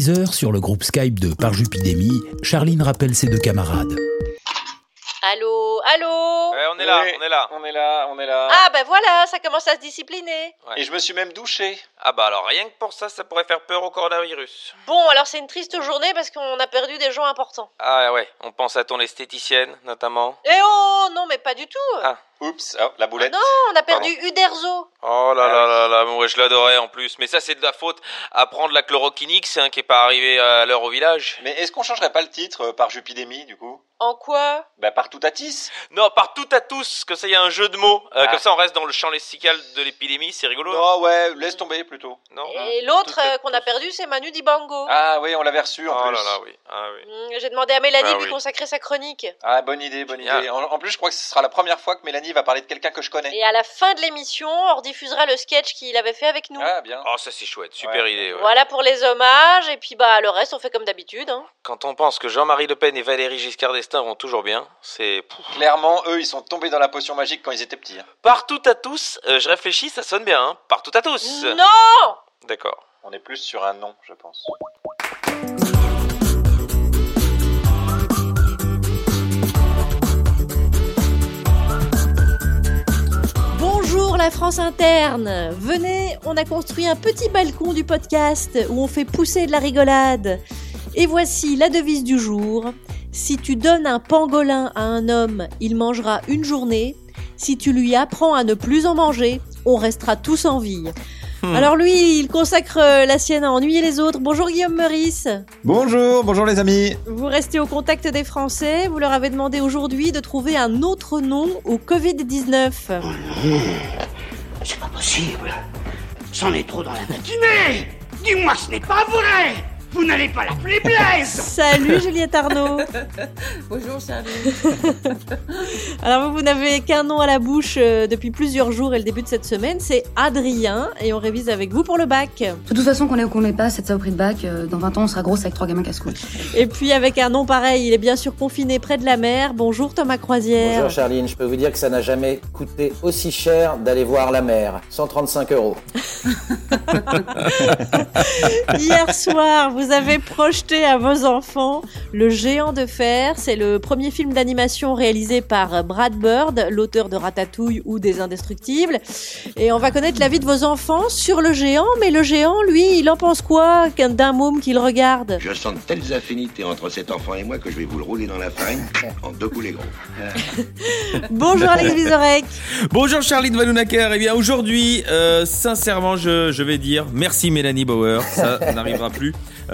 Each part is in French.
10h, sur le groupe Skype de Parjupidémie, Charline rappelle ses deux camarades. Allô? On est là, Oui, on est là. Ah ben voilà, ça commence à se discipliner. Ouais. Et je me suis même douché. Ah bah alors rien que pour ça, ça pourrait faire peur au coronavirus. Bon, alors c'est une triste journée parce qu'on a perdu des gens importants. Ah ouais, on pense à ton esthéticienne, notamment. Eh oh, non mais pas du tout. Ah. Oups, la boulette. Non, on a perdu Uderzo. Oh là là là là, moi je l'adorais en plus. Mais ça c'est de la faute à prendre la chloroquinix qui est pas arrivé à l'heure au village. Mais est-ce qu'on changerait pas le titre par Jupidémie, du coup? En quoi? Bah par tout à tis. Non, par tout à tous, que ça y a un jeu de mots. Comme ça on reste dans le champ lexical de l'épidémie, c'est rigolo. Oh ouais, laisse tomber plutôt. Non. Et l'autre Tout à qu'on a tous. perdu, c'est Manu Dibango. Ah oui, on l'avait reçu en Oh plus. là là, oui. Ah oui. J'ai demandé à Mélanie Ah de lui oui. consacrer sa chronique. Ah, bonne idée. Génial. En plus, je crois que ce sera la première fois que Mélanie va parler de quelqu'un que je connais. Et à la fin de l'émission, on rediffusera le sketch qu'il avait fait avec nous. Ah, bien. Oh ça c'est chouette, super Ouais. idée. Ouais. Voilà pour les hommages, et puis bah le reste on fait comme d'habitude. Hein. Quand on pense que Jean-Marie Le Pen et Valéry Giscard d'Estaing vont toujours bien, c'est... Clairement, eux, ils sont tombés dans la potion magique quand ils étaient petits. Hein. Partout à tous, je réfléchis, ça sonne bien, hein. Partout à tous. Non! D'accord. On est plus sur un nom, je pense. Bonjour la France interne. Venez, on a construit un petit balcon du podcast où on fait pousser de la rigolade. Et voici la devise du jour. Si tu donnes un pangolin à un homme, il mangera une journée. Si tu lui apprends à ne plus en manger, on restera tous en vie. Alors lui, il consacre la sienne à ennuyer les autres. Bonjour Guillaume Meurice. Bonjour les amis. Vous restez au contact des Français. Vous leur avez demandé aujourd'hui de trouver un autre nom au Covid-19. C'est pas possible. C'en est trop dans la matinée. Dis-moi que ce n'est pas vrai. Vous n'allez pas l'appeler Blaise. Salut Juliette Arnaud. Bonjour Charlie. Alors vous n'avez qu'un nom à la bouche depuis plusieurs jours et le début de cette semaine, c'est Adrien et on révise avec vous pour le bac. De toute façon, qu'on ait ou qu'on l'ait pas, cette saloperie de bac, dans 20 ans, on sera grosse avec 3 gamins casse-couilles. Et puis avec un nom pareil, il est bien sûr confiné près de la mer. Bonjour Thomas Croisière. Bonjour Charline, je peux vous dire que ça n'a jamais coûté aussi cher d'aller voir la mer. 135 €. Hier soir, vous avez projeté à vos enfants Le Géant de Fer. C'est le premier film d'animation réalisé par Brad Bird, l'auteur de Ratatouille ou des Indestructibles. Et on va connaître l'avis de vos enfants sur le géant. Mais le géant, lui, il en pense quoi d'un môme qu'il regarde? Je sens de telles affinités entre cet enfant et moi que je vais vous le rouler dans la farine en 2 coups les gros. Bonjour Alex Vizorek. Bonjour Charline Vanhoenacker. Eh bien aujourd'hui, sincèrement, je vais dire merci Mélanie Bauer. Ça n'arrivera plus.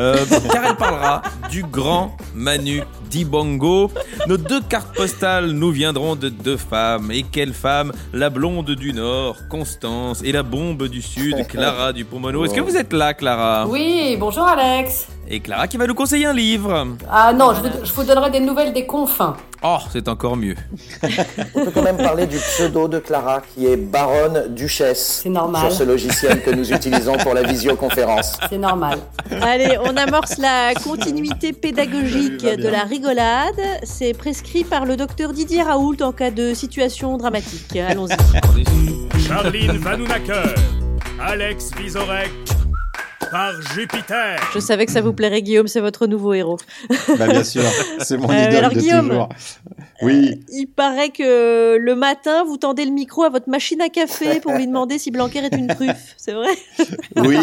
Car elle parlera du grand Manu Dibango. Nos deux cartes postales nous viendront de deux femmes. Et quelles femmes? La blonde du Nord, Constance, et la bombe du Sud, Clara Dupont-Moreau. Est-ce que vous êtes là, Clara? Oui, bonjour Alex. Et Clara qui va nous conseiller un livre. Ah non, je vous donnerai des nouvelles des confins. Oh, c'est encore mieux. On peut quand même parler du pseudo de Clara qui est baronne duchesse. C'est normal. Sur ce logiciel que nous utilisons pour la visioconférence. C'est normal. Allez, on amorce la continuité pédagogique de la rigolade. C'est prescrit par le docteur Didier Raoult en cas de situation dramatique. Allons-y. Charline Vanhoenacker, Alex Vizorek, par Jupiter. Je savais que ça vous plairait, Guillaume, c'est votre nouveau héros. Bah bien sûr, c'est mon idole alors, de Guillaume, toujours. Oui. Il paraît que le matin, vous tendez le micro à votre machine à café pour lui demander si Blanquer est une truffe. C'est vrai? Oui.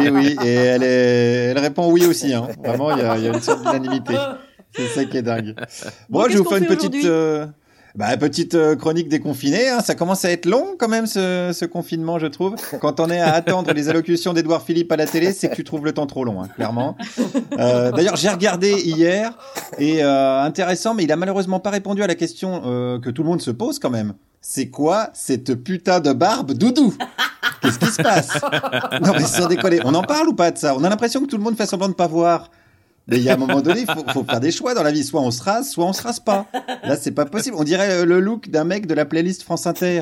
Et elle répond oui aussi. Hein. Vraiment, il y a une sorte d'unanimité. C'est ça qui est dingue. Bon, Donc, je vous qu'est-ce fais une qu'on petite... petite chronique déconfinée, hein. Ça commence à être long quand même ce confinement, je trouve. Quand on est à attendre les allocutions d'Édouard Philippe à la télé, c'est que tu trouves le temps trop long, hein, clairement. D'ailleurs, j'ai regardé hier et intéressant, mais il a malheureusement pas répondu à la question que tout le monde se pose quand même. C'est quoi cette putain de barbe doudou? Qu'est-ce qui se passe? Non mais sans déconner, on en parle ou pas de ça? On a l'impression que tout le monde fait semblant de pas voir. Mais il y a un moment donné, il faut faire des choix dans la vie. Soit on se rase, soit on se rase pas. Là, c'est pas possible. On dirait le look d'un mec de la playlist France Inter.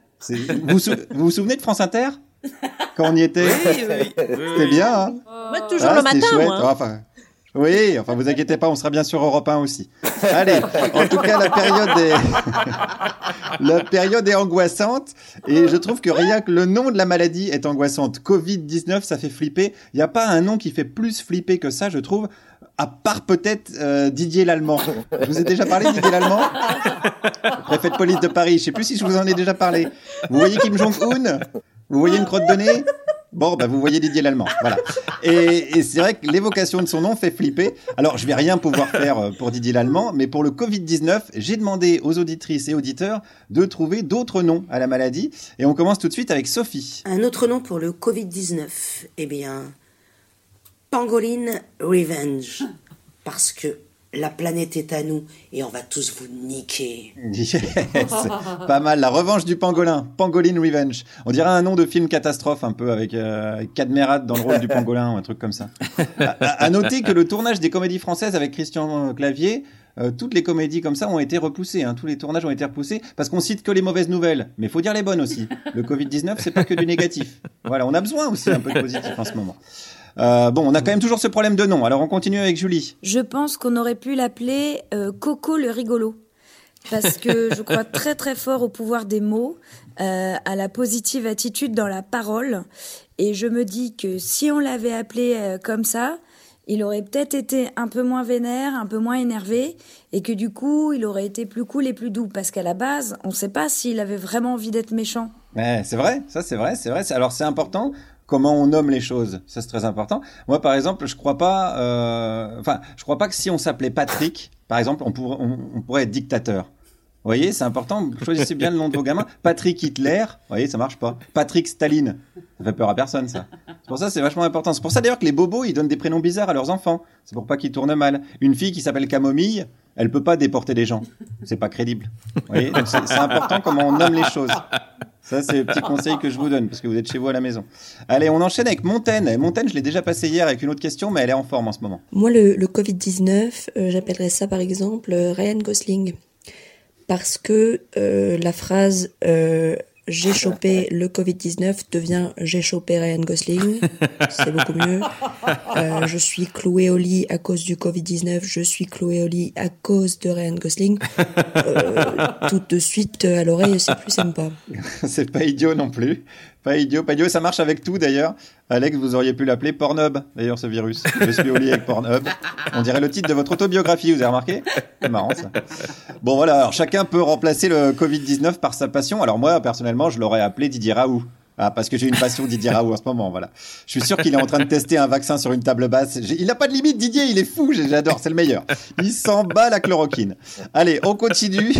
Vous vous souvenez de France Inter? Quand on y était? Oui. C'était bien, hein? Moi, toujours le c'était matin, chouette. moi. Enfin, Oui, enfin vous inquiétez pas, on sera bien sur Europe 1 aussi. Allez, en tout cas la période est angoissante et je trouve que rien que le nom de la maladie est angoissante. Covid-19, ça fait flipper. Il n'y a pas un nom qui fait plus flipper que ça, je trouve, à part peut-être Didier Lallemand. Je vous ai déjà parlé de Didier Lallemand, préfet de police de Paris. Je sais plus si je vous en ai déjà parlé. Vous voyez Kim Jong-un ? Vous voyez une crotte de nez ? Bon, bah vous voyez Didier Lallemand, voilà. Et c'est vrai que l'évocation de son nom fait flipper. Alors, je vais rien pouvoir faire pour Didier Lallemand, mais pour le Covid-19, j'ai demandé aux auditrices et auditeurs de trouver d'autres noms à la maladie. Et on commence tout de suite avec Sophie. Un autre nom pour le Covid-19, eh bien, Pangolin Revenge. Parce que la planète est à nous et on va tous vous niquer. Yes, pas mal. La revanche du pangolin. Pangolin Revenge. On dirait un nom de film catastrophe un peu avec Cadmerat dans le rôle du pangolin ou un truc comme ça. À noter que le tournage des comédies françaises avec Christian Clavier, toutes les comédies comme ça ont été repoussées. Tous les tournages ont été repoussés parce qu'on cite que les mauvaises nouvelles. Mais il faut dire les bonnes aussi. Le Covid-19, c'est pas que du négatif. Voilà, on a besoin aussi un peu de positif en ce moment. Bon, on a quand même toujours ce problème de nom. Alors, on continue avec Julie. Je pense qu'on aurait pu l'appeler Coco le rigolo. Parce que je crois très très fort au pouvoir des mots, à la positive attitude dans la parole. Et je me dis que si on l'avait appelé comme ça, il aurait peut-être été un peu moins vénère, un peu moins énervé. Et que du coup, il aurait été plus cool et plus doux. Parce qu'à la base, on ne sait pas s'il avait vraiment envie d'être méchant. Ouais, c'est vrai, ça c'est vrai. Alors, c'est important. Comment on nomme les choses, ça c'est très important. Moi, par exemple, je crois pas que si on s'appelait Patrick, par exemple, on pourrait être dictateur. Vous voyez, c'est important. Choisissez bien le nom de vos gamins. Patrick Hitler, vous voyez, ça marche pas. Patrick Staline, ça fait peur à personne, ça. C'est pour ça, c'est vachement important. C'est pour ça d'ailleurs que les bobos, ils donnent des prénoms bizarres à leurs enfants. C'est pour pas qu'ils tournent mal. Une fille qui s'appelle Camomille, elle peut pas déporter des gens. C'est pas crédible. Vous voyez, donc c'est important comment on nomme les choses. Ça, c'est le petit conseil que je vous donne, parce que vous êtes chez vous à la maison. Allez, on enchaîne avec Montaigne. Montaigne, je l'ai déjà passé hier avec une autre question, mais elle est en forme en ce moment. Moi, le Covid-19, j'appellerais ça, par exemple, Ryan Gosling. Parce que la phrase « j'ai chopé le Covid-19 » devient « j'ai chopé Ryan Gosling ». C'est beaucoup mieux. Je suis cloué au lit à cause du Covid-19. Je suis cloué au lit à cause de Ryan Gosling. Tout de suite à l'oreille, c'est plus sympa. C'est pas idiot non plus. Pas idiot. Ça marche avec tout d'ailleurs. Alex, vous auriez pu l'appeler Pornhub, d'ailleurs, ce virus. Je suis au lit avec Pornhub. On dirait le titre de votre autobiographie, vous avez remarqué ? C'est marrant, ça. Bon, voilà. Alors, chacun peut remplacer le Covid-19 par sa passion. Alors, moi, personnellement, je l'aurais appelé Didier Raoult. Ah, parce que j'ai une passion Didier Raoult en ce moment, voilà. Je suis sûr qu'il est en train de tester un vaccin sur une table basse. Il n'a pas de limite, Didier, il est fou, j'adore, c'est le meilleur. Il s'en bat la chloroquine. Allez, on continue.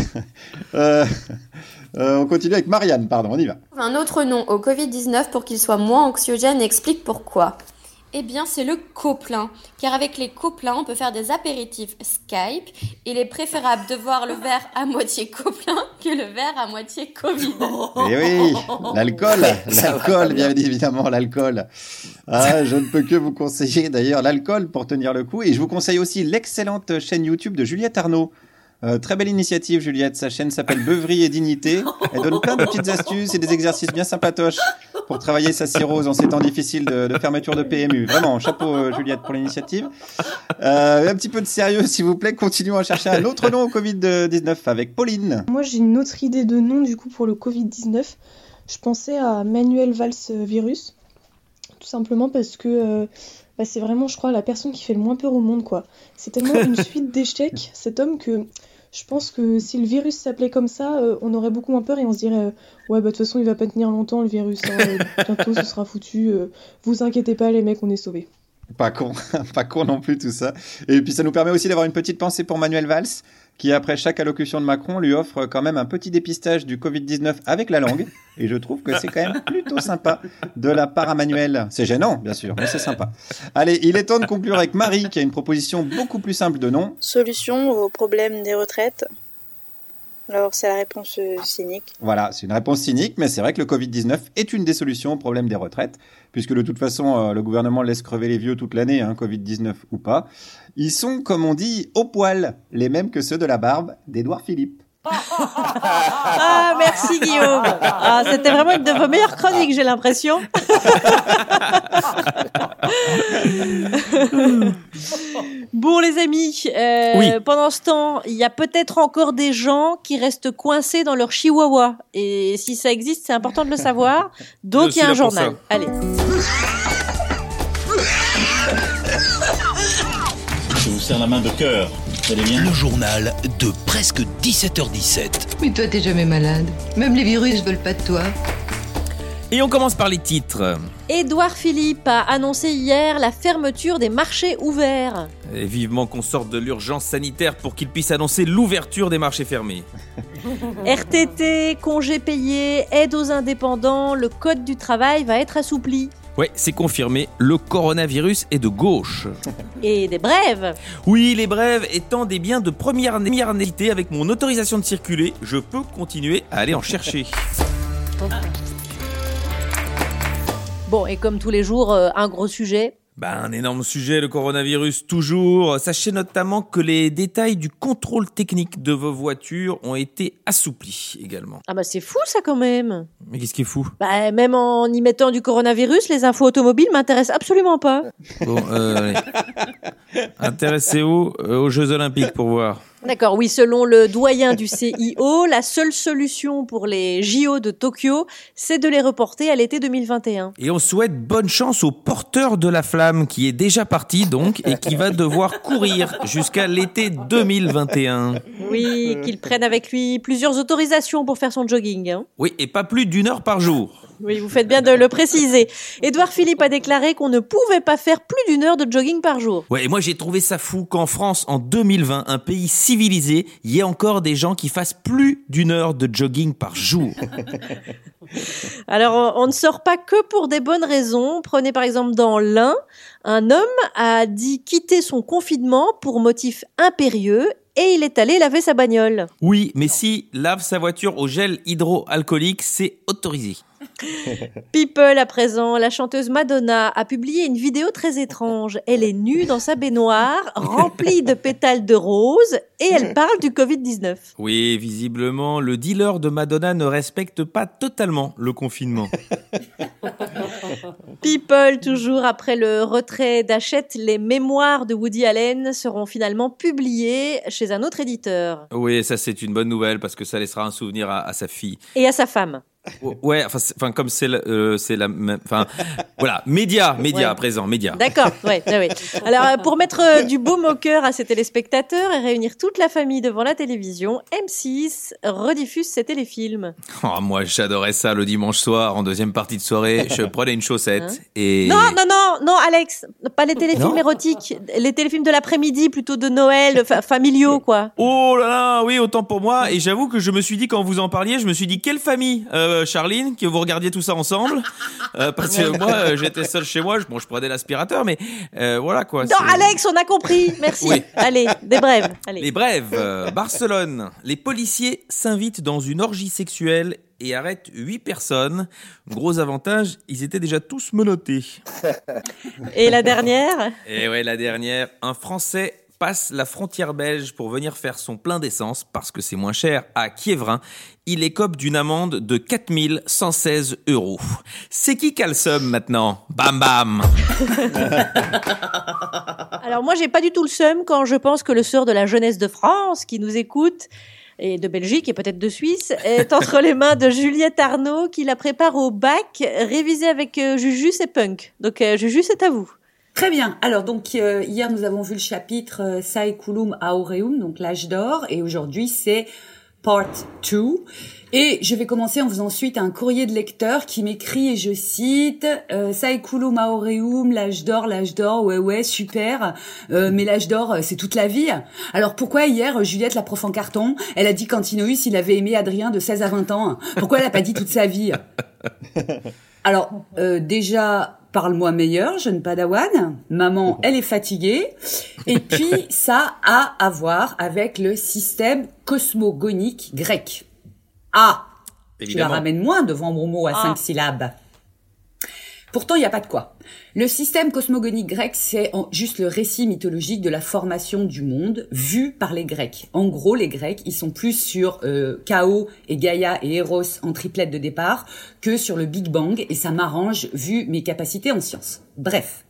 On continue avec Marianne, pardon, on y va. Un autre nom au Covid-19 pour qu'il soit moins anxiogène explique pourquoi. Eh bien, c'est le copelin. Car avec les copelins, on peut faire des apéritifs Skype. Il est préférable de voir le verre à moitié copelin que le verre à moitié Covid. Eh oui, l'alcool, bien évidemment, l'alcool. Ah, je ne peux que vous conseiller d'ailleurs l'alcool pour tenir le coup. Et je vous conseille aussi l'excellente chaîne YouTube de Juliette Arnaud. Très belle initiative, Juliette. Sa chaîne s'appelle Beuverie et Dignité. Elle donne plein de petites astuces et des exercices bien sympatoches pour travailler sa cirrhose en ces temps difficiles de fermeture de PMU. Vraiment, chapeau Juliette pour l'initiative. Un petit peu de sérieux, s'il vous plaît. Continuons à chercher un autre nom au Covid-19 avec Pauline. Moi, j'ai une autre idée de nom du coup pour le Covid-19. Je pensais à Manuel Valls virus. Tout simplement parce que c'est vraiment, je crois, la personne qui fait le moins peur au monde, quoi. C'est tellement une suite d'échecs, cet homme, que je pense que si le virus s'appelait comme ça, on aurait beaucoup moins peur et on se dirait ouais, de toute façon, il va pas tenir longtemps, le virus. Bientôt, ce sera foutu. Vous inquiétez pas, les mecs, on est sauvés. Pas con non plus tout ça. Et puis ça nous permet aussi d'avoir une petite pensée pour Manuel Valls, qui après chaque allocution de Macron lui offre quand même un petit dépistage du Covid-19 avec la langue. Et je trouve que c'est quand même plutôt sympa de la part à Manuel. C'est gênant, bien sûr, mais c'est sympa. Allez, il est temps de conclure avec Marie, qui a une proposition beaucoup plus simple de nom. Solution au problème des retraites. Alors, c'est la réponse cynique. Voilà, c'est une réponse cynique, mais c'est vrai que le Covid-19 est une des solutions au problème des retraites, puisque de toute façon, le gouvernement laisse crever les vieux toute l'année, Covid-19 ou pas. Ils sont, comme on dit, au poil, les mêmes que ceux de la barbe d'Édouard Philippe. Ah, merci Guillaume. Ah, c'était vraiment une de vos meilleures chroniques, j'ai l'impression. Bon les amis, Oui. pendant ce temps, il y a peut-être encore des gens qui restent coincés dans leur chihuahua. Et si ça existe, c'est important de le savoir. Donc Je il y a suis un là pour journal. ça. Allez. Je vous serre la main de cœur. Vous allez bien ? Le journal de presque 17h17. Mais toi, t'es jamais malade. Même les virus veulent pas de toi. Et on commence par les titres. Édouard Philippe a annoncé hier la fermeture des marchés ouverts. Et vivement qu'on sorte de l'urgence sanitaire pour qu'il puisse annoncer l'ouverture des marchés fermés. RTT, congés payés, aide aux indépendants, le code du travail va être assoupli. Ouais, c'est confirmé, le coronavirus est de gauche. Et des brèves. Oui, les brèves étant des biens de première nécessité, avec mon autorisation de circuler, je peux continuer à aller en chercher. Bon, et comme tous les jours, un gros sujet. Un énorme sujet, le coronavirus, toujours. Sachez notamment que les détails du contrôle technique de vos voitures ont été assouplis également. Ah bah c'est fou ça quand même. Mais qu'est-ce qui est fou ? Bah même en y mettant du coronavirus, les infos automobiles m'intéressent absolument pas. Bon, allez. Intéressez-vous aux Jeux Olympiques pour voir. D'accord, oui, selon le doyen du CIO, la seule solution pour les JO de Tokyo, c'est de les reporter à l'été 2021. Et on souhaite bonne chance au porteur de la flamme qui est déjà parti donc et qui va devoir courir jusqu'à l'été 2021. Oui, qu'il prenne avec lui plusieurs autorisations pour faire son jogging. Hein. Oui, et pas plus d'1 heure par jour. Oui, vous faites bien de le préciser. Édouard Philippe a déclaré qu'on ne pouvait pas faire plus d'1 heure de jogging par jour. Ouais, et moi j'ai trouvé ça fou qu'en France, en 2020, un pays civilisé, il y ait encore des gens qui fassent plus d'1 heure de jogging par jour. Alors, on ne sort pas que pour des bonnes raisons. Prenez par exemple dans l'Ain, un homme a dit quitter son confinement pour motif impérieux et il est allé laver sa bagnole. Oui, mais si lave sa voiture au gel hydroalcoolique, c'est autorisé. People à présent, la chanteuse Madonna a publié une vidéo très étrange. Elle est nue dans sa baignoire, remplie de pétales de rose, et elle parle du Covid-19. Oui, visiblement, le dealer de Madonna ne respecte pas totalement le confinement. People, toujours après le retrait d'Hachette, les mémoires de Woody Allen seront finalement publiées chez un autre éditeur. Oui, ça c'est une bonne nouvelle parce que ça laissera un souvenir à sa fille. Et à sa femme. Ouais, enfin comme c'est la même, enfin voilà, média ouais. À présent, média. D'accord, ouais. Alors pour mettre du baume au cœur à ses téléspectateurs et réunir toute la famille devant la télévision, M6 rediffuse ses téléfilms. Oh, moi j'adorais ça le dimanche soir en deuxième partie de soirée, je prenais une chaussette et Non, Alex, pas les téléfilms érotiques, les téléfilms de l'après-midi plutôt de Noël, familiaux quoi. Oh là là, oui, autant pour moi et j'avoue que je me suis dit quand vous en parliez, je me suis dit quelle famille Charline, que vous regardiez tout ça ensemble parce que moi j'étais seul chez moi, je prenais l'aspirateur mais voilà quoi. Non Alex, on a compris, merci. Oui. Allez, des brèves. Allez. Les brèves, Barcelone, les policiers s'invitent dans une orgie sexuelle et arrêtent 8 personnes. Gros avantage, ils étaient déjà tous menottés. Et la dernière ? Et ouais, la dernière, un Français passe la frontière belge pour venir faire son plein d'essence parce que c'est moins cher à Kievrin. Il écope d'une amende de 4 116 €. C'est qui a le seum maintenant ? Bam bam. Alors moi j'ai pas du tout le seum quand je pense que le sort de la jeunesse de France qui nous écoute et de Belgique et peut-être de Suisse est entre les mains de Juliette Arnaud qui la prépare au bac révisé avec Juju c'est punk. Donc Juju c'est à vous. Très bien. Alors donc hier nous avons vu le chapitre Saeculum Aureum, donc l'âge d'or, et aujourd'hui c'est Part 2. Et je vais commencer en faisant suite à un courrier de lecteur qui m'écrit, et je cite, Saeculum Aureum, l'âge d'or, ouais, super, mais l'âge d'or, c'est toute la vie. Alors pourquoi hier, Juliette, la prof en carton, elle a dit qu'Antinoïs, il avait aimé Adrien de 16 à 20 ans. Pourquoi elle a pas dit toute sa vie ? Alors, déjà... Parle-moi meilleur, jeune padawan. Maman, elle est fatiguée. Et puis, ça a à voir avec le système cosmogonique grec. Ah, évidemment. Tu la ramènes moins devant mon mot à 5 syllabes. Pourtant, il n'y a pas de quoi. Le système cosmogonique grec, c'est juste le récit mythologique de la formation du monde vu par les Grecs. En gros, les Grecs, ils sont plus sur Chaos et Gaïa et Eros en triplette de départ que sur le Big Bang, et ça m'arrange vu mes capacités en sciences. Bref,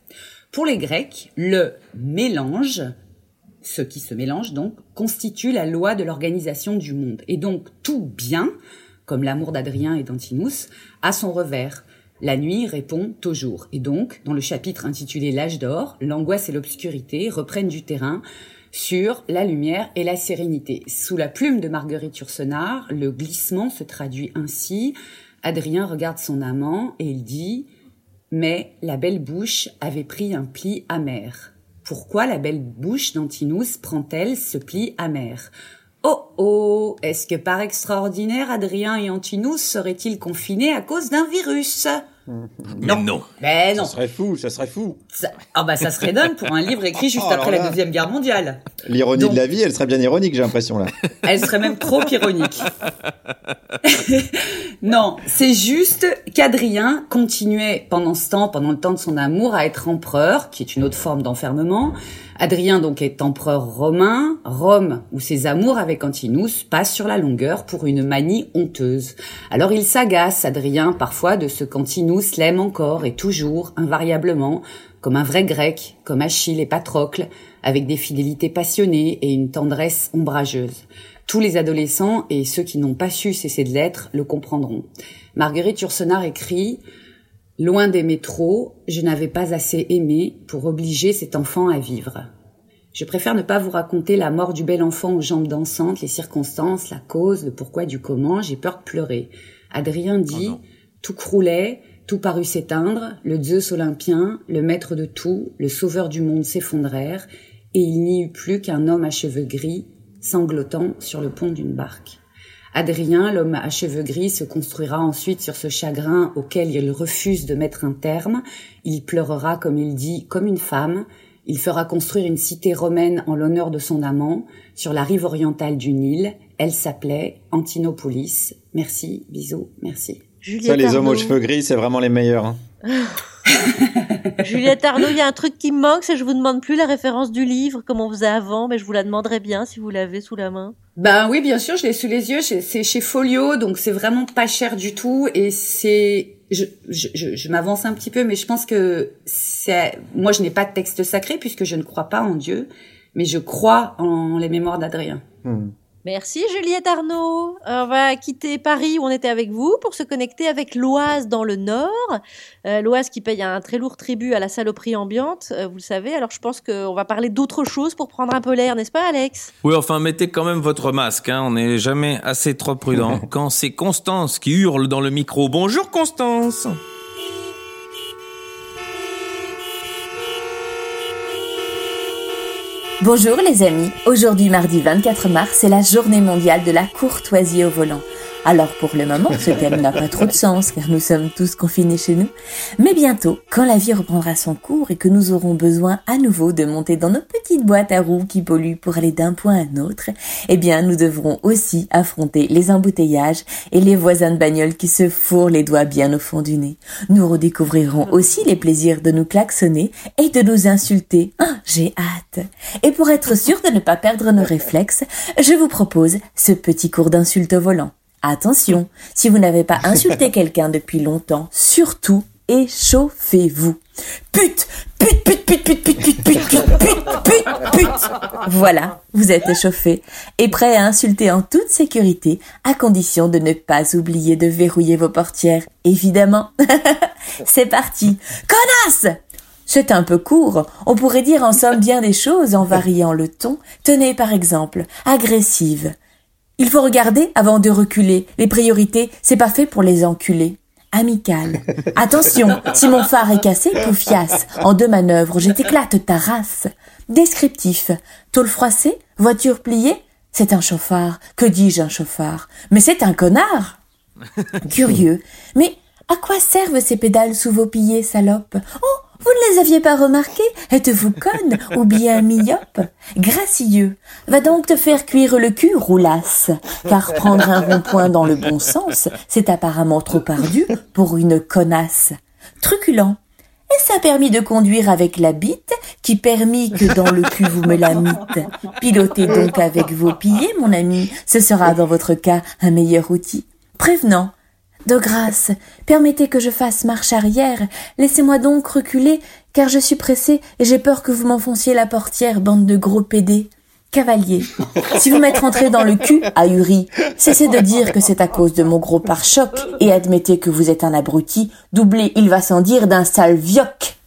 Pour les Grecs, le mélange, ce qui se mélange donc, constitue la loi de l'organisation du monde. Et donc tout bien, comme l'amour d'Adrien et d'Antinous, a son revers. La nuit répond au jour. Et donc, dans le chapitre intitulé L'âge d'or, l'angoisse et l'obscurité reprennent du terrain sur la lumière et la sérénité. Sous la plume de Marguerite Yourcenar, le glissement se traduit ainsi. Adrien regarde son amant et il dit « Mais la belle bouche avait pris un pli amer. Pourquoi la belle bouche d'Antinous prend-elle ce pli amer ? Oh oh, est-ce que par extraordinaire, Adrien et Antinous seraient-ils confinés à cause d'un virus ? Non. Mais non. Ça serait fou. Ça serait dingue pour un livre écrit juste après la Deuxième Guerre mondiale. L'ironie de la vie, elle serait bien ironique, j'ai l'impression, là. Elle serait même trop ironique. Non, c'est juste qu'Adrien continuait pendant le temps de son amour, à être empereur, qui est une autre forme d'enfermement. Adrien donc est empereur romain. Rome, où ses amours avec Antinous passent sur la longueur pour une manie honteuse. Alors il s'agace, Adrien, parfois de ce qu'Antinous l'aime encore et toujours, invariablement, comme un vrai grec, comme Achille et Patrocle, avec des fidélités passionnées et une tendresse ombrageuse. Tous les adolescents et ceux qui n'ont pas su cesser de l'être le comprendront. Marguerite Yourcenar écrit « Loin d'aimer trop, je n'avais pas assez aimé pour obliger cet enfant à vivre. Je préfère ne pas vous raconter la mort du bel enfant aux jambes dansantes, les circonstances, la cause, le pourquoi du comment, j'ai peur de pleurer. » Adrien dit « Tout croulait, tout parut s'éteindre, le Zeus olympien, le maître de tout, le sauveur du monde s'effondrèrent, et il n'y eut plus qu'un homme à cheveux gris, sanglotant sur le pont d'une barque. Adrien, l'homme à cheveux gris, se construira ensuite sur ce chagrin auquel il refuse de mettre un terme. Il pleurera, comme il dit, comme une femme. Il fera construire une cité romaine en l'honneur de son amant, sur la rive orientale du Nil. Elle s'appelait Antinopolis. Merci, bisous, merci. Ça, les hommes aux cheveux gris, c'est vraiment les meilleurs. Hein. Juliette Arnaud, il y a un truc qui me manque, c'est que je vous demande plus la référence du livre, comme on faisait avant, mais je vous la demanderai bien si vous l'avez sous la main. Ben oui, bien sûr, je l'ai sous les yeux, c'est chez Folio, donc c'est vraiment pas cher du tout, et je m'avance un petit peu, mais je pense que moi je n'ai pas de texte sacré puisque je ne crois pas en Dieu, mais je crois en les mémoires d'Adrien. Merci Juliette Arnaud. On va quitter Paris où on était avec vous pour se connecter avec l'Oise dans le Nord. L'Oise qui paye un très lourd tribut à la saloperie ambiante, vous le savez. Alors je pense qu'on va parler d'autre chose pour prendre un peu l'air, n'est-ce pas Alex ? Oui, enfin mettez quand même votre masque, hein. On n'est jamais assez trop prudent. Quand c'est Constance qui hurle dans le micro. Bonjour Constance. Bonjour les amis, aujourd'hui mardi 24 mars, c'est la journée mondiale de la courtoisie au volant. Alors pour le moment, ce thème n'a pas trop de sens car nous sommes tous confinés chez nous. Mais bientôt, quand la vie reprendra son cours et que nous aurons besoin à nouveau de monter dans nos petites boîtes à roues qui polluent pour aller d'un point à un autre, eh bien nous devrons aussi affronter les embouteillages et les voisins de bagnole qui se fourrent les doigts bien au fond du nez. Nous redécouvrirons aussi les plaisirs de nous klaxonner et de nous insulter. Ah, j'ai hâte. Et pour être sûr de ne pas perdre nos réflexes, je vous propose ce petit cours d'insulte au volant. Attention, si vous n'avez pas insulté quelqu'un depuis longtemps, surtout échauffez-vous. Pute, pute, pute, pute, pute, pute, pute, pute, pute, pute, pute. Voilà, vous êtes échauffé et prêt à insulter en toute sécurité, à condition de ne pas oublier de verrouiller vos portières, évidemment. C'est parti. Connasse! C'est un peu court, on pourrait dire en somme bien des choses en variant le ton. Tenez par exemple, agressive. Il faut regarder avant de reculer. Les priorités, c'est pas fait pour les enculés. Amical. Attention, si mon phare est cassé, poufiasse. En 2 manœuvres, je t'éclate ta race. Descriptif. Tôle froissée, voiture pliée. C'est un chauffard. Que dis-je un chauffard? Mais c'est un connard. Curieux. Mais à quoi servent ces pédales sous vos pillets, salope? Oh, vous ne les aviez pas remarquées? Êtes-vous conne ou bien myope? Gracieux. Va donc te faire cuire le cul, roulasse. Car prendre un rond-point dans le bon sens, c'est apparemment trop ardu pour une connasse. Truculent. Est-ce un permis de conduire avec la bite qui permit que dans le cul vous me la mite? Pilotez donc avec vos pillets, mon ami. Ce sera dans votre cas un meilleur outil. Prévenant. De grâce, permettez que je fasse marche arrière. Laissez-moi donc reculer, car je suis pressée et j'ai peur que vous m'enfonciez la portière, bande de gros pédés. Cavalier, si vous m'êtes rentré dans le cul, ahuri, cessez de dire que c'est à cause de mon gros pare-choc et admettez que vous êtes un abruti, doublé, il va sans dire, d'un sale vioc.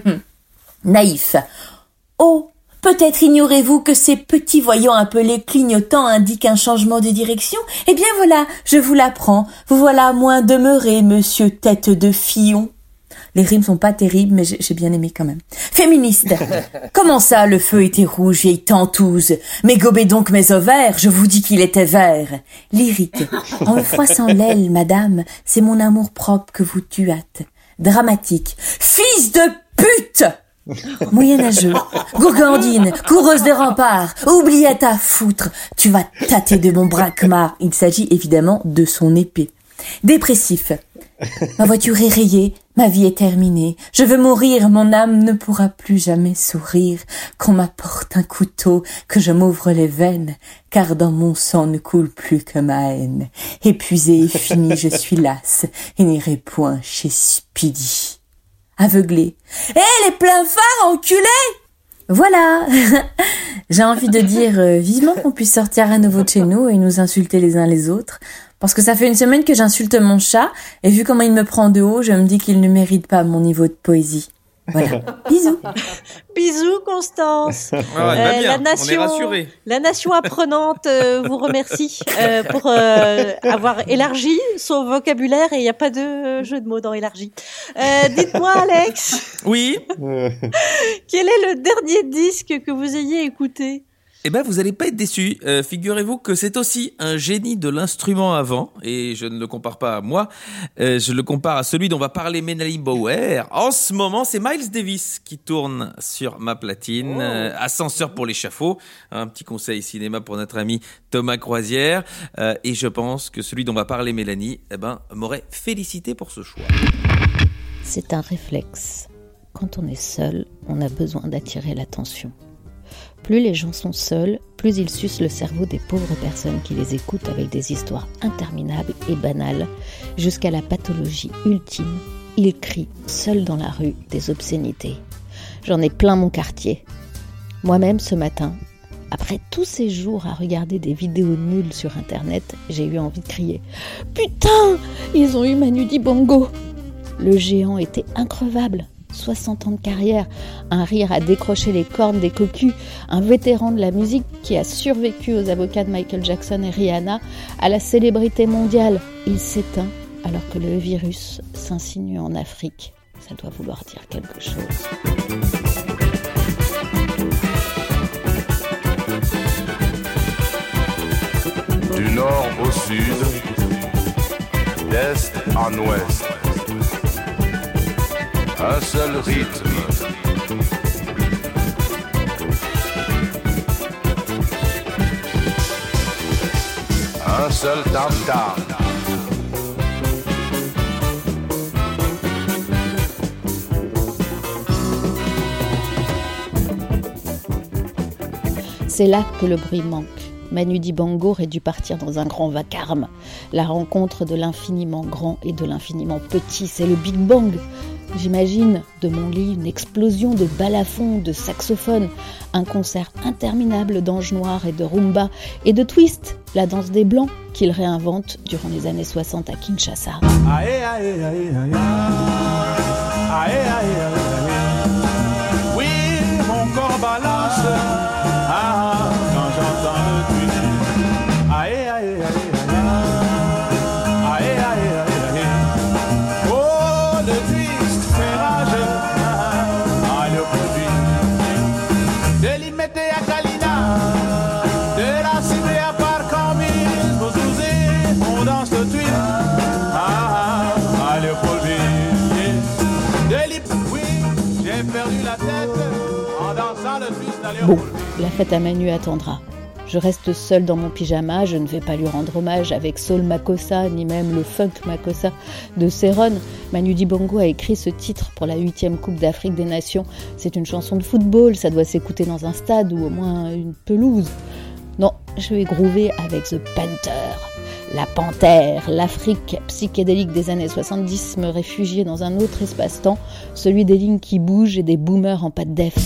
Naïf. Oh, peut-être ignorez-vous que ces petits voyants appelés clignotants indiquent un changement de direction? Eh bien voilà, je vous l'apprends. Vous voilà moins demeuré, monsieur tête de fillon. Les rimes sont pas terribles, mais j'ai bien aimé quand même. Féministe. Comment ça, le feu était rouge, vieille tentouse? Mais gobez donc mes ovaires, je vous dis qu'il était vert. Lyrique. En me froissant l'aile, madame, c'est mon amour-propre que vous tuâtes. Dramatique. Fils de pute! Moyenâgeux, gourgandine, coureuse des remparts, oubliette à foutre, tu vas tâter de mon braquemar. Il s'agit évidemment de son épée. Dépressif. Ma voiture est rayée, ma vie est terminée. Je veux mourir, mon âme ne pourra plus jamais sourire. Qu'on m'apporte un couteau, que je m'ouvre les veines, car dans mon sang ne coule plus que ma haine. Épuisée et finie, je suis lasse, et n'irai point chez Speedy. Aveuglé. Hé, les pleins phares, enculés! Voilà. J'ai envie de dire vivement qu'on puisse sortir à nouveau de chez nous et nous insulter les uns les autres. Parce que ça fait une semaine que j'insulte mon chat, et vu comment il me prend de haut, je me dis qu'il ne mérite pas mon niveau de poésie. Voilà. Bisous. Bisous, Constance. La nation, on est rassurés. La nation apprenante vous remercie pour avoir élargi son vocabulaire, et il n'y a pas de jeu de mots dans élargi. Dites-moi, Alex. Oui. Quel est le dernier disque que vous ayez écouté? Eh ben, vous allez pas être déçus. Figurez-vous que c'est aussi un génie de l'instrument avant, et je ne le compare pas à moi, je le compare à celui dont va parler Mélanie Bauer. En ce moment, c'est Miles Davis qui tourne sur ma platine. Ascenseur pour l'échafaud. Un petit conseil cinéma pour notre ami Thomas Croisière. Et je pense que celui dont va parler Mélanie, m'aurait félicité pour ce choix. C'est un réflexe. Quand on est seul, on a besoin d'attirer l'attention. Plus les gens sont seuls, plus ils sucent le cerveau des pauvres personnes qui les écoutent avec des histoires interminables et banales, jusqu'à la pathologie ultime. Ils crient, seuls dans la rue, des obscénités. J'en ai plein mon quartier. Moi-même, ce matin, après tous ces jours à regarder des vidéos nulles sur Internet, j'ai eu envie de crier « Putain, ils ont eu Manu Dibango !» Le géant était increvable. 60 ans de carrière, un rire à décrocher les cornes des cocus, un vétéran de la musique qui a survécu aux avocats de Michael Jackson et Rihanna, à la célébrité mondiale. Il s'éteint alors que le virus s'insinue en Afrique. Ça doit vouloir dire quelque chose. Du nord au sud, d'est en ouest. Un seul rythme. Un seul tam-tam. C'est là que le bruit manque. Manu Dibango aurait dû partir dans un grand vacarme. La rencontre de l'infiniment grand et de l'infiniment petit, c'est le Big Bang. J'imagine de mon lit une explosion de balafons, de saxophones, un concert interminable d'anges noirs et de rumba et de twist, la danse des blancs qu'il réinvente durant les années 60 à Kinshasa. Aïe, aïe, aïe, aïe, aïe, aïe, aïe, aïe. Oui, mon corps balance quand j'entends le twist. Aïe, aïe, aïe, aïe. Bon, la fête à Manu attendra. Je reste seule dans mon pyjama, je ne vais pas lui rendre hommage avec Soul Makossa, ni même le Funk Makossa de Céron. Manu Dibango a écrit ce titre pour la 8e Coupe d'Afrique des Nations. C'est une chanson de football, ça doit s'écouter dans un stade ou au moins une pelouse. Non, je vais groover avec The Panther. La panthère, l'Afrique psychédélique des années 70 me réfugiait dans un autre espace-temps, celui des lignes qui bougent et des boomers en pas de def.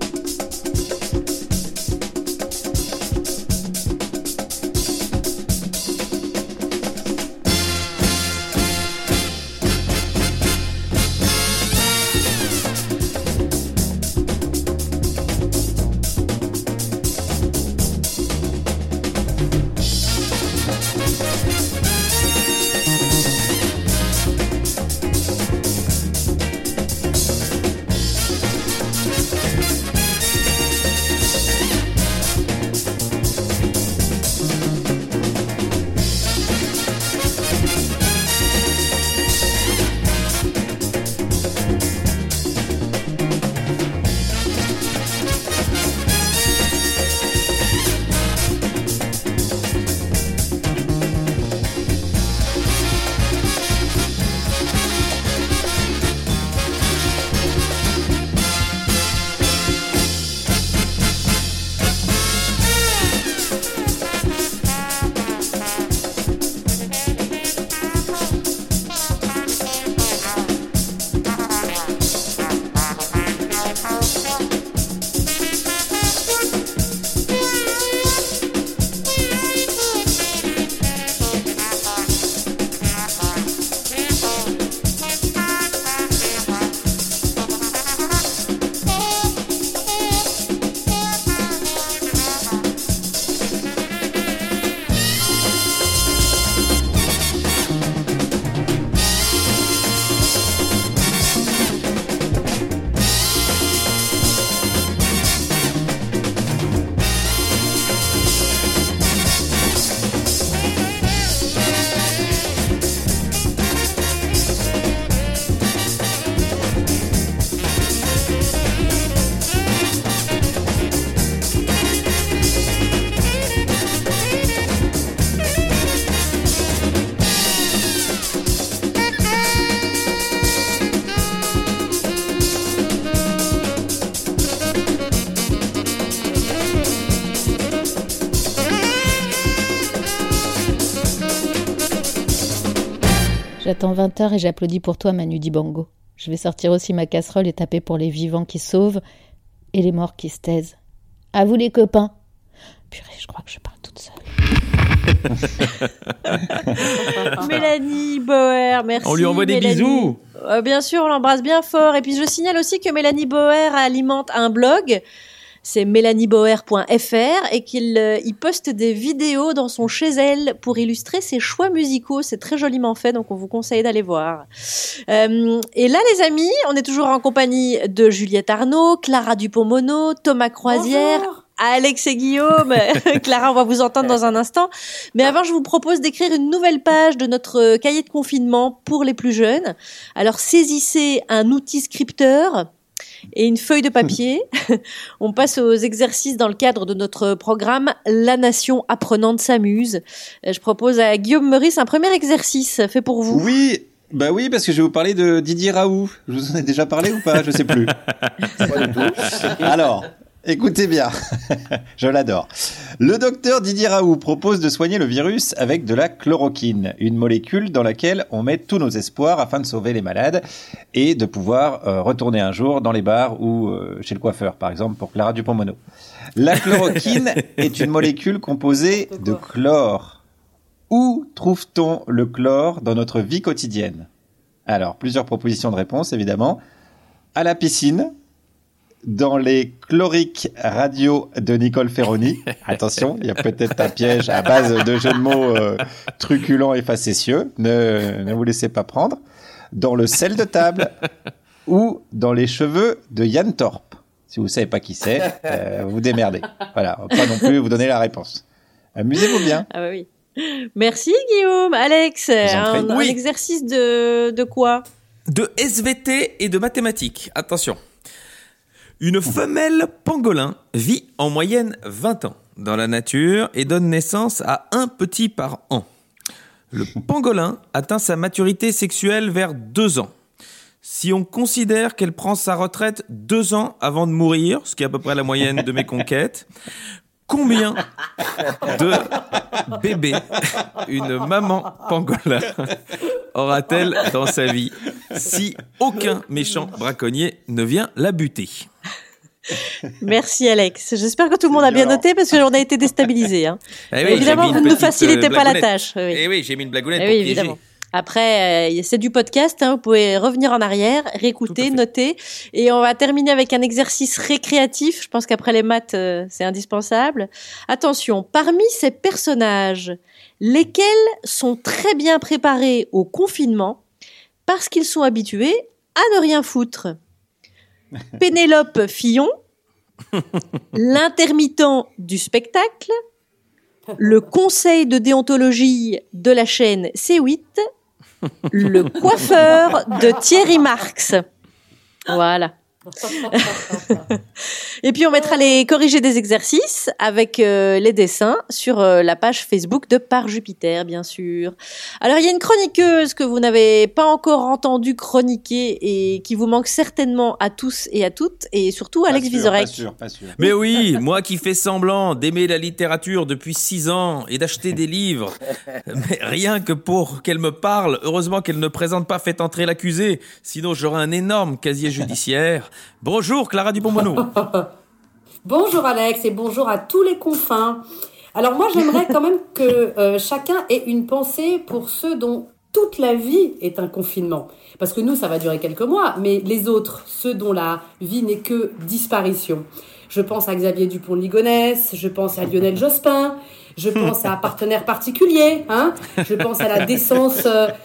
J'attends 20h et j'applaudis pour toi, Manu Dibango. Je vais sortir aussi ma casserole et taper pour les vivants qui sauvent et les morts qui se taisent. À vous les copains. Purée, je crois que je parle toute seule. Mélanie Bauer, merci. On lui envoie des Mélanie. bisous. Bien sûr, on l'embrasse bien fort. Et puis je signale aussi que Mélanie Bauer alimente un blog. C'est mélaniebauer.fr et qu'il poste des vidéos dans son chez elle pour illustrer ses choix musicaux. C'est très joliment fait, donc on vous conseille d'aller voir. Et là, les amis, on est toujours en compagnie de Juliette Arnaud, Clara Dupont-Mono, Thomas Croisière, Alex et Guillaume. Clara, on va vous entendre dans un instant. Mais avant, je vous propose d'écrire une nouvelle page de notre cahier de confinement pour les plus jeunes. Alors, saisissez un outil scripteur et une feuille de papier. On passe aux exercices dans le cadre de notre programme La Nation apprenante s'amuse. Je propose à Guillaume Meurice un premier exercice fait pour vous. Oui, bah oui, parce que je vais vous parler de Didier Raoult. Je vous en ai déjà parlé ou pas? Je sais plus. Pas du tout. Alors, écoutez bien, je l'adore. Le docteur Didier Raoult propose de soigner le virus avec de la chloroquine, une molécule dans laquelle on met tous nos espoirs afin de sauver les malades et de pouvoir retourner un jour dans les bars ou chez le coiffeur, par exemple, pour Clara Dupont-Mono. La chloroquine est une molécule composée de chlore. Où trouve-t-on le chlore dans notre vie quotidienne? Alors, plusieurs propositions de réponse, évidemment. À la piscine, dans les chloriques radio de Nicole Ferroni. Attention, il y a peut-être un piège à base de jeux de mots truculents et facétieux. Ne vous laissez pas prendre. Dans le sel de table ou dans les cheveux de Yann Torp. Si vous savez pas qui c'est, vous démerdez. Voilà, on va pas non plus vous donner la réponse. Amusez-vous bien. Ah bah oui. Merci Guillaume. Alex, un exercice de quoi? De SVT et de mathématiques. Attention. Une femelle pangolin vit en moyenne 20 ans dans la nature et donne naissance à un petit par an. Le pangolin atteint sa maturité sexuelle vers 2 ans. Si on considère qu'elle prend sa retraite 2 ans avant de mourir, ce qui est à peu près la moyenne de mes conquêtes, Combien de bébés une maman pangolin aura-t-elle dans sa vie si aucun méchant braconnier ne vient la buter? Merci Alex. J'espère que tout le monde a bien noté parce que on a été déstabilisés. Hein. Eh oui, évidemment, vous ne nous facilitez pas la tâche. Oui. Eh oui, j'ai mis une blagounette pour oui, piéger. Évidemment. Après, c'est du podcast, hein, vous pouvez revenir en arrière, réécouter, noter. Et on va terminer avec un exercice récréatif. Je pense qu'après les maths, c'est indispensable. Attention, parmi ces personnages, lesquels sont très bien préparés au confinement parce qu'ils sont habitués à ne rien foutre? Pénélope Fillon, l'intermittent du spectacle, le conseil de déontologie de la chaîne C8, le coiffeur de Thierry Marx. Voilà. Et puis on mettra les corrigés des exercices avec les dessins sur la page Facebook de Par Jupiter, bien sûr. Alors il y a une chroniqueuse que vous n'avez pas encore entendue chroniquer et qui vous manque certainement à tous et à toutes, et surtout Alex Vizorek. Pas sûr. Mais oui, moi qui fais semblant d'aimer la littérature depuis 6 ans et d'acheter des livres, mais rien que pour qu'elle me parle, heureusement qu'elle ne présente pas Fait entrer l'accusé, sinon j'aurais un énorme casier judiciaire. Bonjour Clara Dupont-Moreau. Bonjour Alex et bonjour à tous les confins. Alors moi j'aimerais quand même que chacun ait une pensée pour ceux dont toute la vie est un confinement. Parce que nous ça va durer quelques mois, mais les autres, ceux dont la vie n'est que disparition. Je pense à Xavier Dupont de Ligonnès, je pense à Lionel Jospin, je pense à un partenaire particulier, hein, je pense à la décence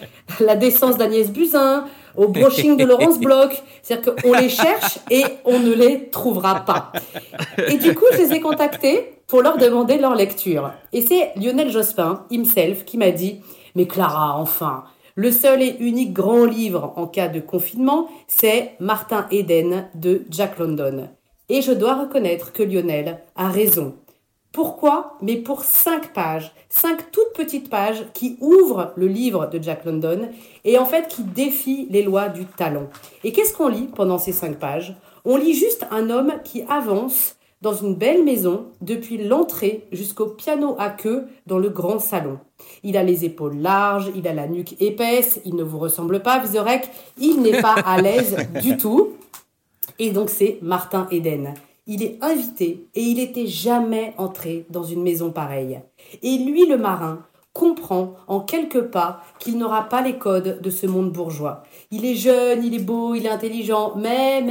d'Agnès Buzyn, au brushing de Laurence Bloch. C'est-à-dire qu'on les cherche et on ne les trouvera pas. Et du coup, je les ai contactés pour leur demander leur lecture. Et c'est Lionel Jospin, himself, qui m'a dit « Mais Clara, enfin, le seul et unique grand livre en cas de confinement, c'est Martin Eden de Jack London. » Et je dois reconnaître que Lionel a raison. Pourquoi? Mais pour 5 pages, 5 toutes petites pages qui ouvrent le livre de Jack London et en fait qui défient les lois du talent. Et qu'est-ce qu'on lit pendant ces 5 pages? On lit juste un homme qui avance dans une belle maison depuis l'entrée jusqu'au piano à queue dans le grand salon. Il a les épaules larges, il a la nuque épaisse, il ne vous ressemble pas, Vizorek, il n'est pas à l'aise du tout. Et donc c'est Martin Eden. Il est invité et il n'était jamais entré dans une maison pareille. Et lui, le marin, comprend en quelques pas qu'il n'aura pas les codes de ce monde bourgeois. Il est jeune, il est beau, il est intelligent, mais,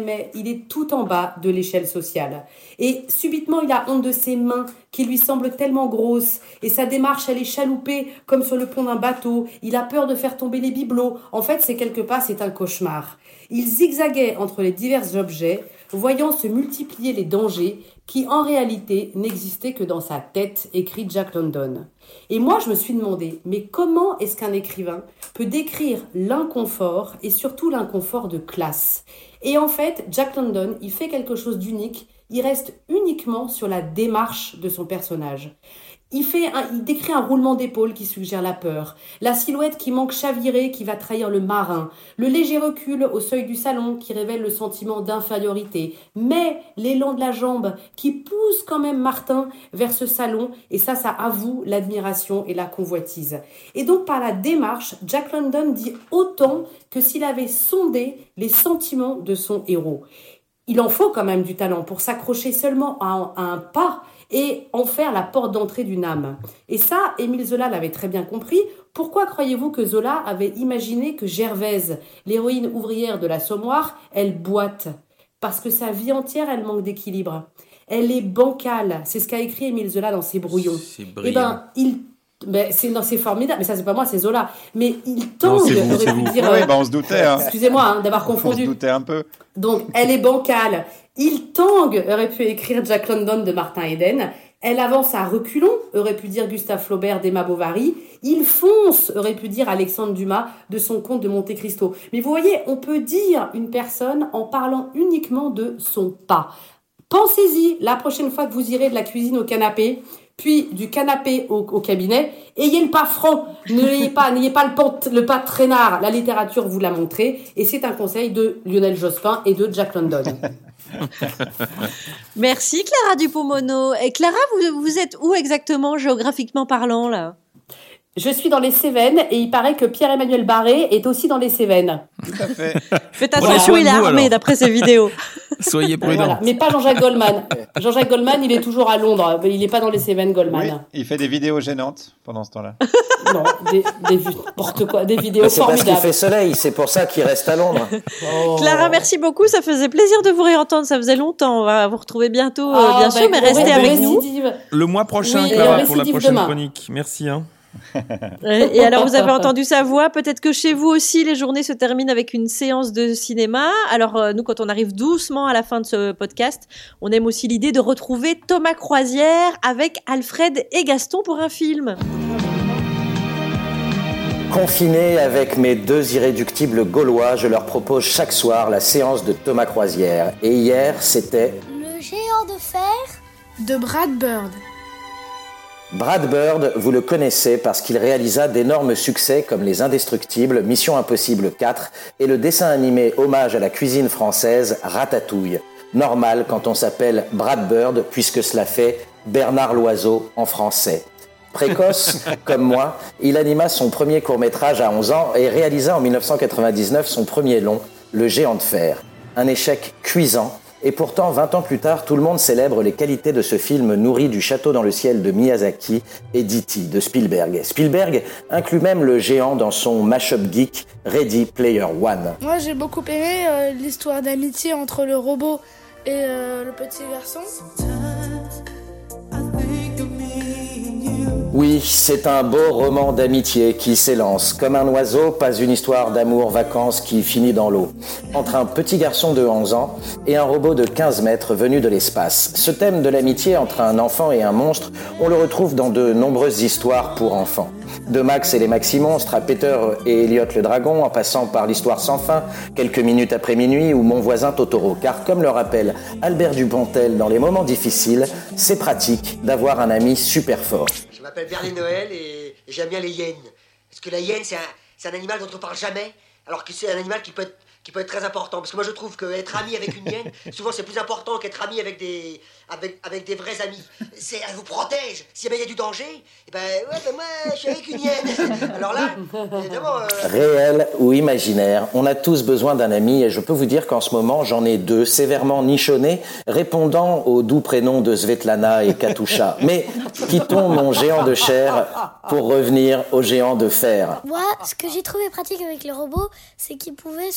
il est tout en bas de l'échelle sociale. Et subitement, il a honte de ses mains qui lui semblent tellement grosses. Et sa démarche, elle est chaloupée comme sur le pont d'un bateau. Il a peur de faire tomber les bibelots. En fait, ces quelques pas, c'est un cauchemar. Il zigzaguait entre les divers objets, voyant se multiplier les dangers qui, en réalité, n'existaient que dans sa tête, écrit Jack London. Et moi, je me suis demandé, mais comment est-ce qu'un écrivain peut décrire l'inconfort et surtout l'inconfort de classe? Et en fait, Jack London, il fait quelque chose d'unique, il reste uniquement sur la démarche de son personnage. Il décrit un roulement d'épaule qui suggère la peur, la silhouette qui manque chavirée qui va trahir le marin, le léger recul au seuil du salon qui révèle le sentiment d'infériorité, mais l'élan de la jambe qui pousse quand même Martin vers ce salon, et ça avoue l'admiration et la convoitise. Et donc par la démarche, Jack London dit autant que s'il avait sondé les sentiments de son héros. Il en faut quand même du talent pour s'accrocher seulement à un pas et en faire la porte d'entrée d'une âme. Et ça, Émile Zola l'avait très bien compris. Pourquoi croyez-vous que Zola avait imaginé que Gervaise, l'héroïne ouvrière de l'Assommoir, elle boite? Parce que sa vie entière, elle manque d'équilibre. Elle est bancale. C'est ce qu'a écrit Émile Zola dans ses brouillons. C'est brillant. C'est formidable, mais ça c'est pas moi, c'est Zola. Mais il tangue, aurait pu dire. Oui, on se doutait. Excusez-moi d'avoir confondu. On se doutait un peu. Donc, elle est bancale. Il tangue, aurait pu écrire Jack London de Martin Eden. Elle avance à reculons, aurait pu dire Gustave Flaubert d'Emma Bovary. Il fonce, aurait pu dire Alexandre Dumas de son Comte de Monte Cristo. Mais vous voyez, on peut dire une personne en parlant uniquement de son pas. Pensez-y la prochaine fois que vous irez de la cuisine au canapé, puis du canapé au cabinet, ayez le pas franc, n'ayez pas le pas traînard. La littérature vous l'a montré, et c'est un conseil de Lionel Jospin et de Jack London. Merci Clara Dupont-Mono. Et Clara, vous êtes où exactement, géographiquement parlant, là ? Je suis dans les Cévennes et il paraît que Pierre-Emmanuel Barré est aussi dans les Cévennes. Tout à fait. Faites attention, il est armé d'après ses vidéos. Soyez prudents. Voilà. Mais pas Jean-Jacques Goldman. Jean-Jacques Goldman, il est toujours à Londres. Il n'est pas dans les Cévennes, Goldman. Oui, il fait des vidéos gênantes pendant ce temps-là. Non, n'importe quoi, des vidéos C'est parce formidables. qu'il fait soleil, c'est pour ça qu'il reste à Londres. Clara, merci beaucoup. Ça faisait plaisir de vous réentendre. Ça faisait longtemps. On va vous retrouver bientôt, bien sûr, mais restez avec nous. Le mois prochain, Oui, Clara, pour la prochaine demain. chronique. Merci. Hein. Et alors, vous avez entendu sa voix. Peut-être que chez vous aussi, les journées se terminent avec une séance de cinéma. Alors, nous, quand on arrive doucement à la fin de ce podcast, on aime aussi l'idée de retrouver Thomas Croisière avec Alfred et Gaston pour un film. Confiné avec mes deux irréductibles gaulois, je leur propose chaque soir la séance de Thomas Croisière. Et hier, c'était... Le géant de fer de Brad Bird. Brad Bird, vous le connaissez parce qu'il réalisa d'énormes succès comme Les Indestructibles, Mission Impossible 4 et le dessin animé hommage à la cuisine française Ratatouille. Normal quand on s'appelle Brad Bird puisque cela fait Bernard Loiseau en français. Précoce, comme moi, il anima son premier court-métrage à 11 ans et réalisa en 1999 son premier long, Le Géant de Fer. Un échec cuisant. Et pourtant, 20 ans plus tard, tout le monde célèbre les qualités de ce film nourri du Château dans le ciel de Miyazaki et d'E.T. de Spielberg. Spielberg inclut même le géant dans son mash-up geek Ready Player One. Moi, j'ai beaucoup aimé l'histoire d'amitié entre le robot et le petit garçon. Oui, c'est un beau roman d'amitié qui s'élance. Comme un oiseau, pas une histoire d'amour, vacances qui finit dans l'eau. Entre un petit garçon de 11 ans et un robot de 15 mètres venu de l'espace. Ce thème de l'amitié entre un enfant et un monstre, on le retrouve dans de nombreuses histoires pour enfants. De Max et les Maximonstres à Peter et Elliot le dragon, en passant par l'histoire sans fin, Quelques minutes après minuit ou Mon voisin Totoro. Car comme le rappelle Albert Dupontel dans Les moments difficiles, c'est pratique d'avoir un ami super fort. Je m'appelle Berlin Noël et j'aime bien les hyènes. Parce que la hyène, c'est un animal dont on parle jamais, alors que c'est un animal qui peut être très important. Parce que moi, je trouve qu'être ami avec une hyène, souvent, c'est plus important qu'être ami avec des vrais amis. Elle vous protège. Si jamais il y a du danger, moi, je suis avec une hyène. Alors là, évidemment... Réel ou imaginaire, on a tous besoin d'un ami et je peux vous dire qu'en ce moment, j'en ai deux sévèrement nichonnés, répondant aux doux prénoms de Svetlana et Katusha. Mais quittons mon géant de chair pour revenir au géant de fer. Moi, ce que j'ai trouvé pratique avec les robots, c'est qu'ils pouvaient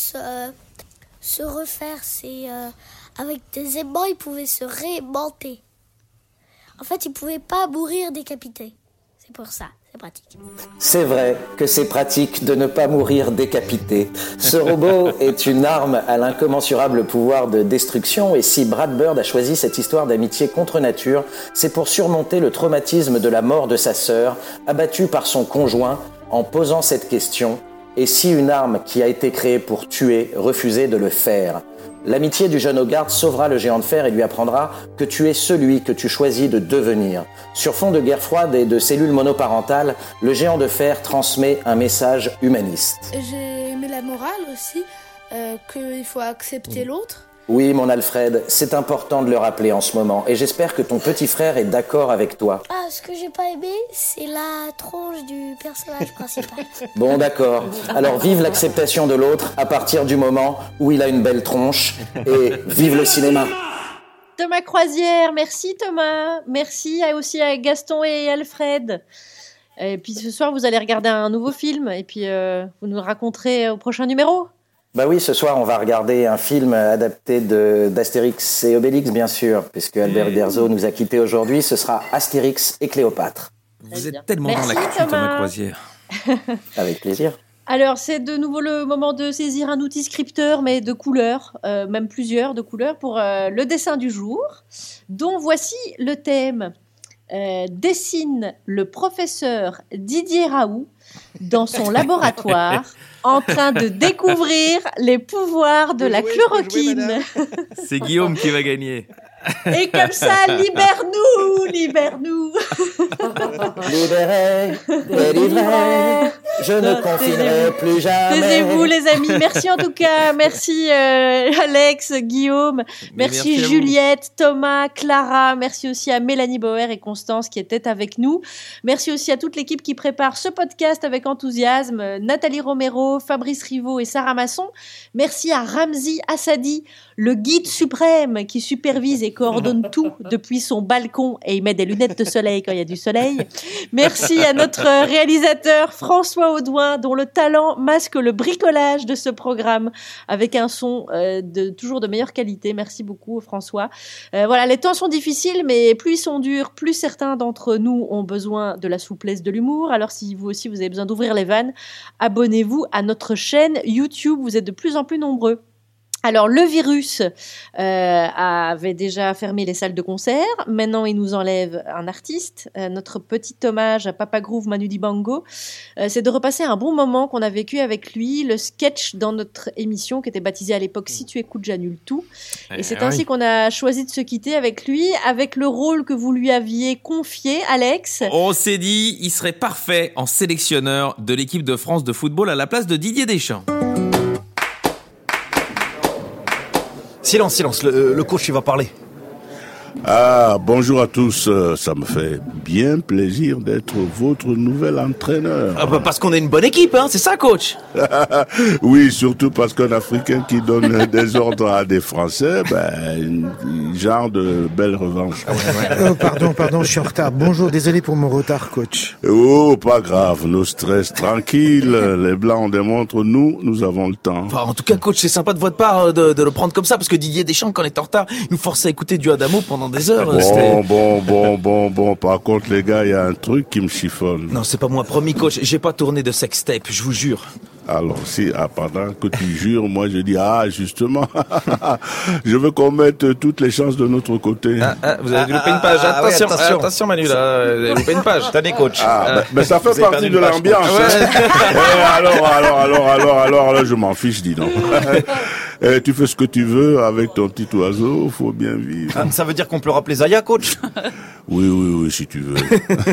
se refaire. Avec des aimants, ils pouvaient se réaimanter. En fait, ils pouvaient pas mourir décapités. C'est pour ça, c'est pratique. C'est vrai que c'est pratique de ne pas mourir décapité. Ce robot est une arme à l'incommensurable pouvoir de destruction et si Brad Bird a choisi cette histoire d'amitié contre nature, c'est pour surmonter le traumatisme de la mort de sa sœur, abattue par son conjoint, en posant cette question « Et si une arme qui a été créée pour tuer refusait de le faire ?» L'amitié du jeune Hogarth sauvera le géant de fer et lui apprendra que tu es celui que tu choisis de devenir. Sur fond de guerre froide et de cellules monoparentales, le géant de fer transmet un message humaniste. J'ai aimé la morale aussi, qu'il faut accepter l'autre. Oui, mon Alfred, c'est important de le rappeler en ce moment et j'espère que ton petit frère est d'accord avec toi. Ah, ce que j'ai pas aimé, c'est la tronche du personnage principal. Bon, d'accord. Alors vive l'acceptation de l'autre à partir du moment où il a une belle tronche et vive le cinéma. Thomas Croisière, merci Thomas. Merci aussi à Gaston et Alfred. Et puis ce soir, vous allez regarder un nouveau film et puis vous nous raconterez au prochain numéro. Bah oui, ce soir, on va regarder un film adapté d'Astérix et Obélix, bien sûr, puisque Albert Uderzo nous a quittés aujourd'hui. Ce sera Astérix et Cléopâtre. Vous êtes tellement dans l'actu, Thomas Croisière. Avec plaisir. Alors, c'est de nouveau le moment de saisir un outil scripteur, mais de couleurs, même plusieurs de couleurs, pour le dessin du jour, dont voici le thème. Dessine le professeur Didier Raoult dans son laboratoire en train de découvrir les pouvoirs de la chloroquine. C'est Guillaume qui va gagner. Et comme ça, libère-nous. Libéré, délivré, Je ne confinerai plus jamais. Taisez-vous les amis. Merci en tout cas. Merci Alex, Guillaume. Merci Juliette, Thomas, Clara. Merci aussi à Mélanie Bauer et Constance qui étaient avec nous. Merci aussi à toute l'équipe qui prépare ce podcast avec enthousiasme. Nathalie Romero, Fabrice Rivaud et Sarah Masson. Merci à Ramzi Assadi, le guide suprême qui supervise et coordonne tout depuis son balcon et il met des lunettes de soleil quand il y a du soleil. Merci à notre réalisateur François Audouin dont le talent masque le bricolage de ce programme avec un son toujours de meilleure qualité. Merci beaucoup François. Voilà, les temps sont difficiles mais plus ils sont durs, plus certains d'entre nous ont besoin de la souplesse de l'humour. Alors si vous aussi vous avez besoin d'ouvrir les vannes, abonnez-vous à notre chaîne YouTube. Vous êtes de plus en plus nombreux. Alors, le virus avait déjà fermé les salles de concert. Maintenant, il nous enlève un artiste. Notre petit hommage à Papa Groove Manu Dibango, c'est de repasser un bon moment qu'on a vécu avec lui, le sketch dans notre émission qui était baptisée à l'époque Si tu écoutes, j'annule tout. Et c'est ainsi qu'on a choisi de se quitter avec lui, avec le rôle que vous lui aviez confié, Alex. On s'est dit, il serait parfait en sélectionneur de l'équipe de France de football à la place de Didier Deschamps. Silence, le coach il va parler. Ah, bonjour à tous, ça me fait bien plaisir d'être votre nouvel entraîneur. Ah bah parce qu'on est une bonne équipe, hein, c'est ça coach. Oui, surtout parce qu'un Africain qui donne des ordres à des Français, genre de belle revanche. Oh, pardon, je suis en retard. Bonjour, désolé pour mon retard, coach. Oh, pas grave, no stress, tranquille, les Blancs, on démontre, nous avons le temps. Enfin, en tout cas coach, c'est sympa de votre part de le prendre comme ça, parce que Didier Deschamps, quand on est en retard, il nous forçait à écouter du Adamo pendant des heures. Bon. Par contre, les gars, il y a un truc qui me chiffonne. Non, c'est pas moi, promis, coach. J'ai pas tourné de sextape, je vous jure. Alors, pendant que tu jures, moi, je dis, justement, je veux qu'on mette toutes les chances de notre côté. Vous avez loupé une page. Attention, Manu, là. Vous avez loupé une page. Tenez, coach. Mais ça fait partie de l'ambiance. Alors, je m'en fiche, dis donc. Tu fais ce que tu veux avec ton petit oiseau, faut bien vivre. Ça veut dire qu'on peut rappeler Zaya, coach? Oui, si tu veux.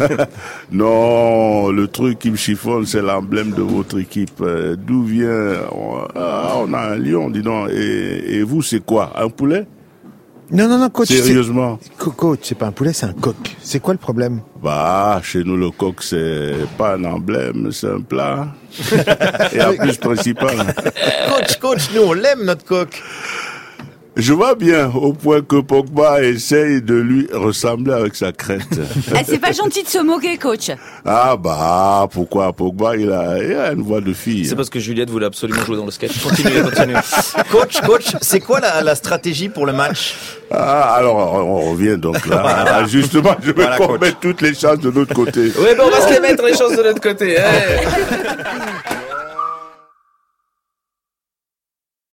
Non, le truc qui me chiffonne, c'est l'emblème de votre équipe. D'où vient... on a un lion, dis donc. Et vous, c'est quoi? Un poulet? Non, coach. Sérieusement? Coach, c'est pas un poulet, c'est un coq. C'est quoi le problème? Chez nous, le coq, c'est pas un emblème, c'est un plat. Et en plus, principal. Coach, nous, on l'aime, notre coq. Je vois bien, au point que Pogba essaye de lui ressembler avec sa crête. C'est pas gentil de se moquer, coach. Pourquoi Pogba, il a une voix de fille. C'est parce que Juliette voulait absolument jouer dans le sketch. Continue. Coach, c'est quoi la stratégie pour le match? Alors, on revient donc là. Justement, je veux qu'on mette toutes les chances de notre côté. Oui, on va se les mettre les chances de notre côté.